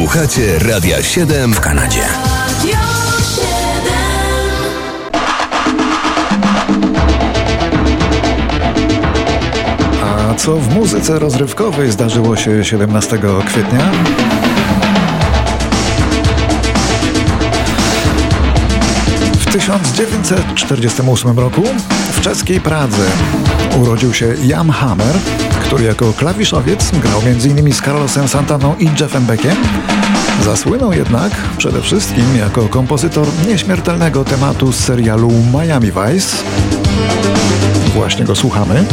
Słuchacie Radia 7 w Kanadzie. A co w muzyce rozrywkowej zdarzyło się 17 kwietnia? W 1948 roku w czeskiej Pradze urodził się Jan Hammer, który jako klawiszowiec grał m.in. z Carlosem Santaną i Jeffem Beckiem. Zasłynął jednak przede wszystkim jako kompozytor nieśmiertelnego tematu z serialu Miami Vice. Właśnie go słuchamy.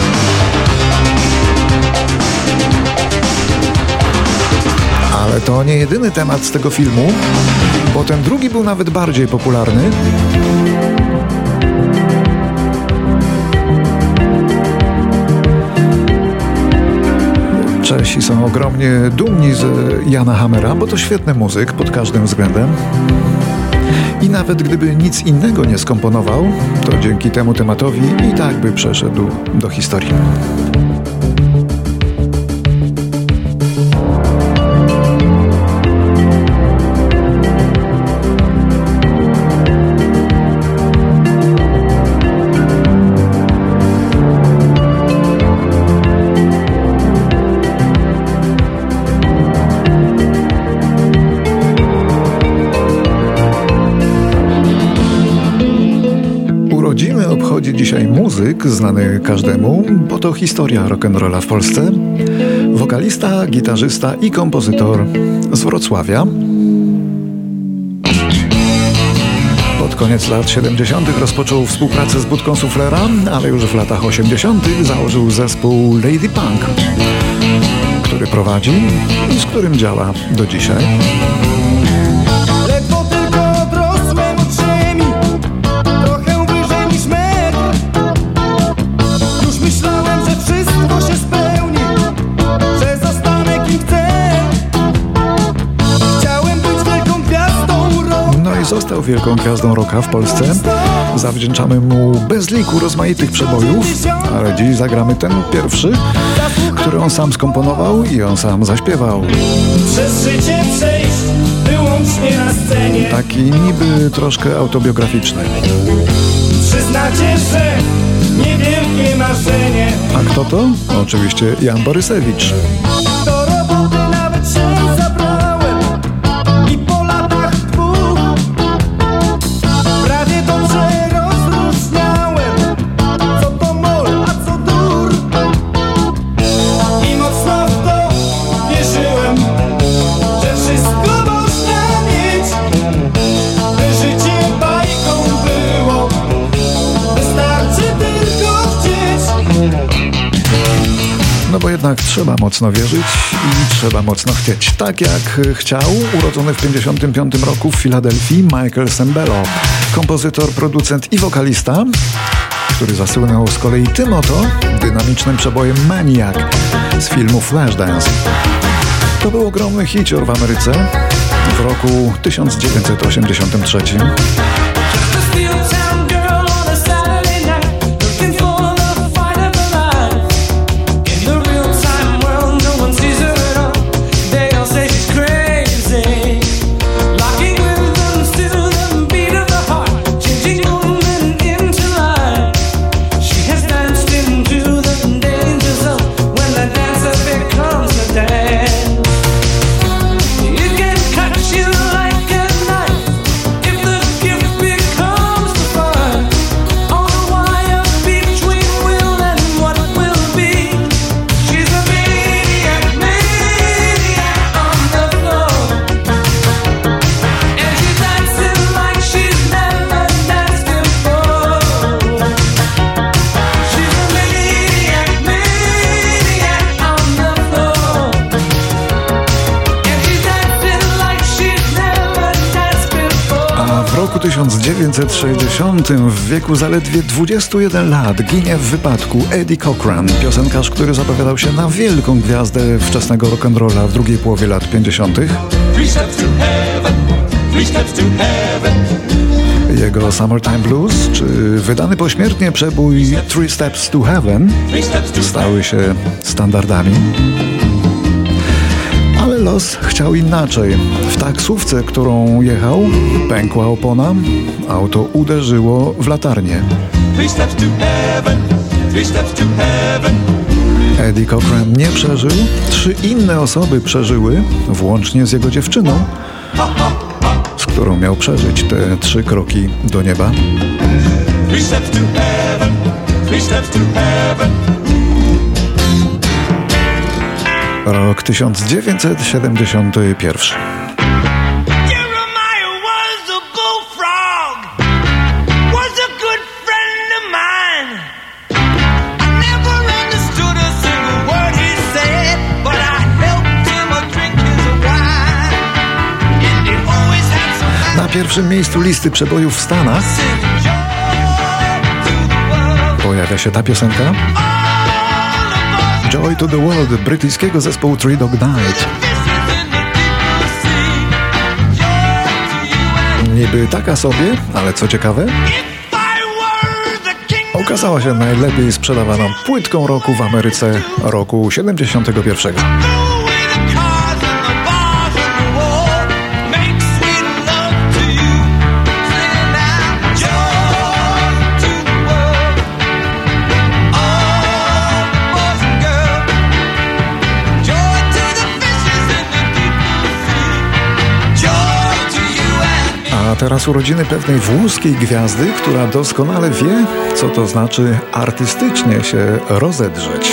Ale to nie jedyny temat z tego filmu, bo ten drugi był nawet bardziej popularny. Czesi są ogromnie dumni z Jana Hammera, bo to świetny muzyk pod każdym względem. I nawet gdyby nic innego nie skomponował, to dzięki temu tematowi i tak by przeszedł do historii. Urodziny obchodzi dzisiaj muzyk znany każdemu, bo to historia rock'n'rolla w Polsce. Wokalista, gitarzysta i kompozytor z Wrocławia. Pod koniec lat 70. rozpoczął współpracę z Budką Suflera, ale już w latach 80. założył zespół Lady Punk, który prowadzi i z którym działa do dzisiaj. Został wielką gwiazdą rocka w Polsce. Zawdzięczamy mu bez liku rozmaitych przebojów, ale dziś zagramy ten pierwszy, który on sam skomponował i on sam zaśpiewał. Przez życie przejść wyłącznie na scenie. Taki niby troszkę autobiograficzny. Przyznacie, że niewielkie marzenie. A kto to? Oczywiście Jan Borysewicz. Do roboty nawet się zabrałem i po latach dwóch prawie dobrze rozróżniałem, co to mol, a co dur. I mocno w to wierzyłem, że wszystko można mieć, by życie bajką było, wystarczy tylko chcieć. No bo jednak trzeba mocno wierzyć i trzeba mocno chcieć. Tak jak chciał urodzony w 1955 roku w Filadelfii Michael Sembello, kompozytor, producent i wokalista, który zasłynął z kolei tym oto dynamicznym przebojem Maniac z filmu Flashdance. To był ogromny hicior w Ameryce w roku 1983. W roku 1960 w wieku zaledwie 21 lat ginie w wypadku Eddie Cochran, piosenkarz, który zapowiadał się na wielką gwiazdę wczesnego rock'n'rolla w drugiej połowie lat 50. Jego Summertime Blues, czy wydany pośmiertnie przebój Three Steps to Heaven stały się standardami. Ale los chciał inaczej. W taksówce, którą jechał, pękła opona, auto uderzyło w latarnię. Eddie Cochran nie przeżył, 3 inne osoby przeżyły, włącznie z jego dziewczyną, z którą miał przeżyć te 3 kroki do nieba. Rok 1971. Na pierwszym miejscu listy przebojów w Stanach pojawia się ta piosenka. Joy to the World brytyjskiego zespołu Three Dog Night. Niby taka sobie, ale co ciekawe, okazała się najlepiej sprzedawaną płytką roku w Ameryce roku 71. A teraz urodziny pewnej włoskiej gwiazdy, która doskonale wie, co to znaczy artystycznie się rozedrzeć.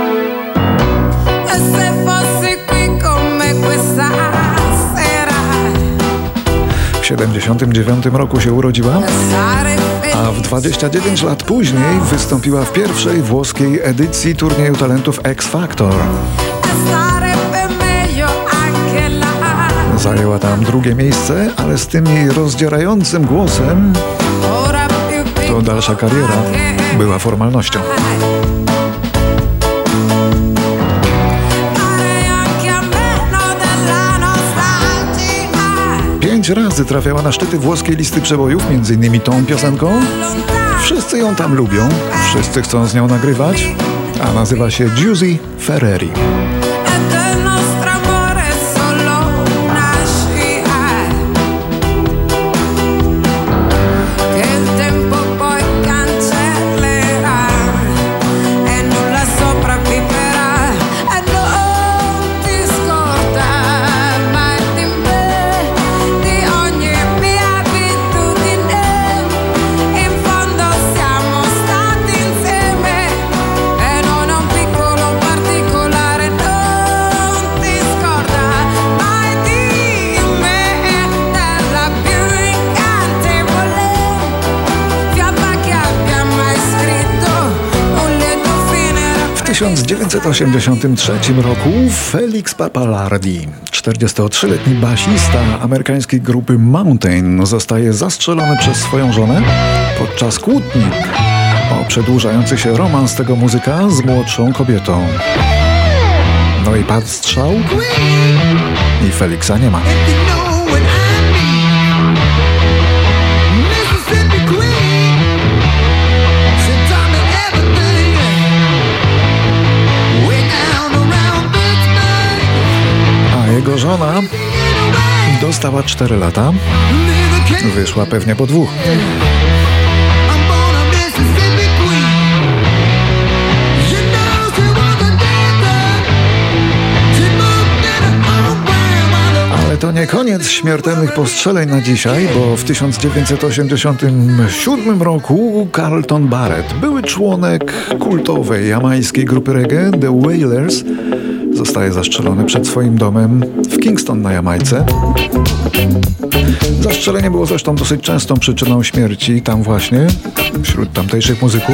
W 79 roku się urodziła, a w 29 lat później wystąpiła w pierwszej włoskiej edycji turnieju talentów X Factor. Zajęła tam 2. miejsce, ale z tym jej rozdzierającym głosem to dalsza kariera była formalnością. Pięć razy trafiała na szczyty włoskiej listy przebojów, m.in. tą piosenką. Wszyscy ją tam lubią, wszyscy chcą z nią nagrywać, a nazywa się Giusy Ferreri. W 1983 roku Felix Pappalardi, 43-letni basista amerykańskiej grupy Mountain, zostaje zastrzelony przez swoją żonę podczas kłótni o przedłużający się romans tego muzyka z młodszą kobietą. No i padł strzał i Felixa nie ma. Jego żona dostała 4 lata, wyszła pewnie po 2. Ale to nie koniec śmiertelnych postrzeleń na dzisiaj, bo w 1987 roku Carlton Barrett, były członek kultowej jamańskiej grupy reggae The Wailers, zostaje zastrzelony przed swoim domem w Kingston na Jamajce. Zastrzelenie było zresztą dosyć częstą przyczyną śmierci tam właśnie, wśród tamtejszych muzyków.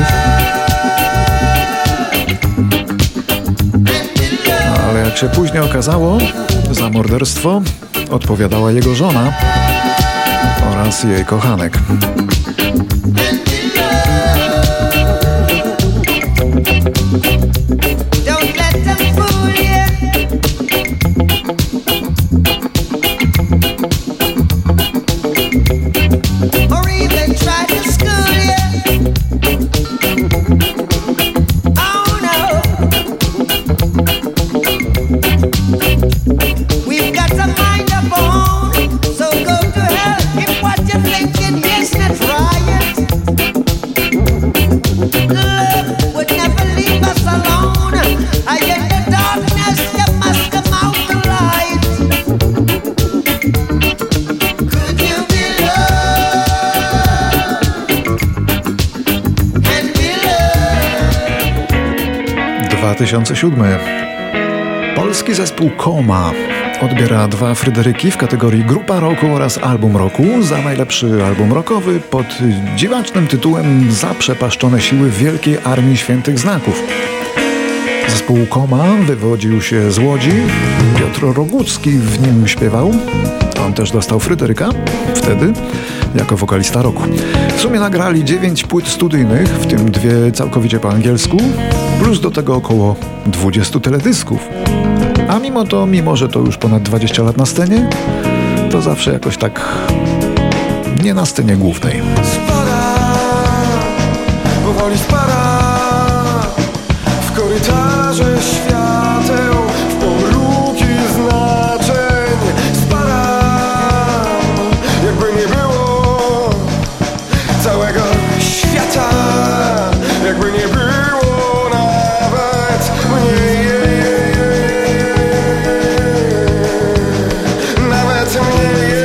Ale jak się później okazało, za morderstwo odpowiadała jego żona oraz jej kochanek. 2007. Polski zespół Koma odbiera 2 Fryderyki w kategorii Grupa Roku oraz Album Roku za najlepszy album rockowy pod dziwacznym tytułem Zaprzepaszczone siły Wielkiej Armii Świętych Znaków. Zespół Koma wywodził się z Łodzi. Piotr Rogucki w nim śpiewał. On też dostał Fryderyka wtedy jako wokalista roku. W sumie nagrali 9 płyt studyjnych, w tym 2 całkowicie po angielsku, plus do tego około 20 teledysków. A mimo że to już ponad 20 lat na scenie, to zawsze jakoś tak nie na scenie głównej. Spada, powoli spada w korytarze świateł, w pomruki znaczeń. Spadam, jakby nie było całego świata, jakby nie było nawet mnie. Nawet mnie.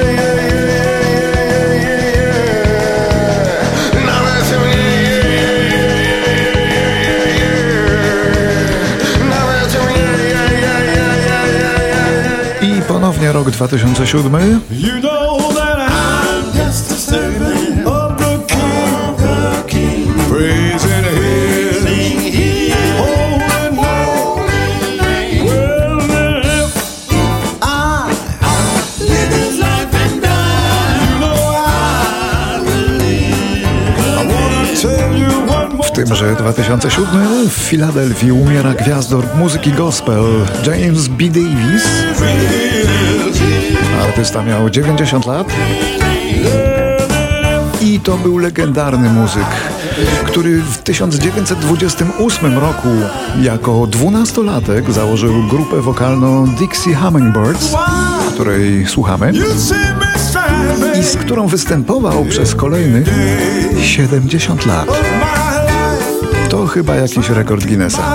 I ponownie rok 2007. You know that I'm just a servant of the King, praising His holy name. Well, if I live His life and die, you know I believe. I wanna tell you one more. W tymże 2007 w Filadelfii umiera gwiazdor muzyki gospel James B. Davis. Artysta miał 90 lat i to był legendarny muzyk, który w 1928 roku jako 12-latek założył grupę wokalną Dixie Hummingbirds, której słuchamy i z którą występował przez kolejnych 70 lat. To chyba jakiś rekord Guinnessa.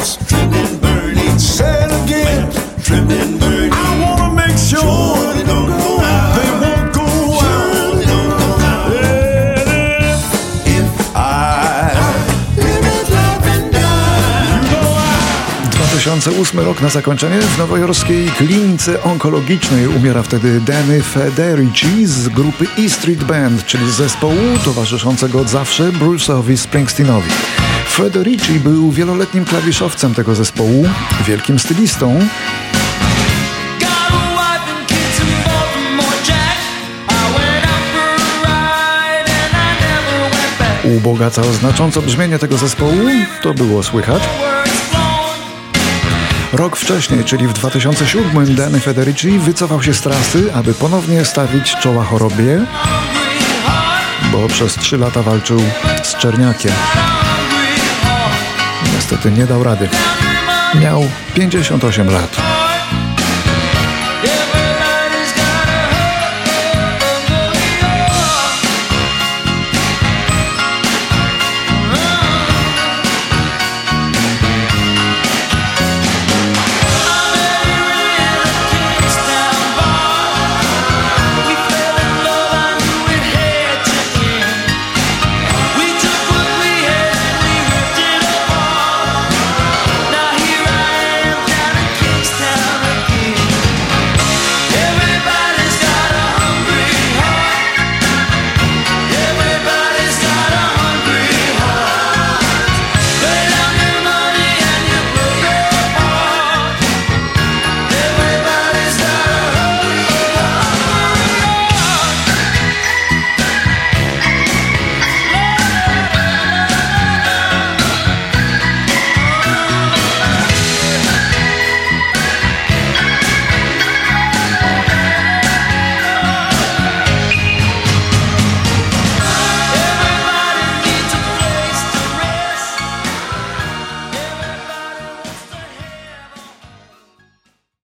W 2008 rok na zakończenie. W nowojorskiej klinice onkologicznej umiera wtedy Danny Federici z grupy E Street Band, czyli zespołu towarzyszącego od zawsze Bruce'owi Springsteenowi. Federici był wieloletnim klawiszowcem tego zespołu, wielkim stylistą. Ubogacał znacząco brzmienie tego zespołu, to było słychać. Rok wcześniej, czyli w 2007, Danny Federici wycofał się z trasy, aby ponownie stawić czoła chorobie, bo przez 3 lata walczył z czerniakiem. Niestety nie dał rady. Miał 58 lat.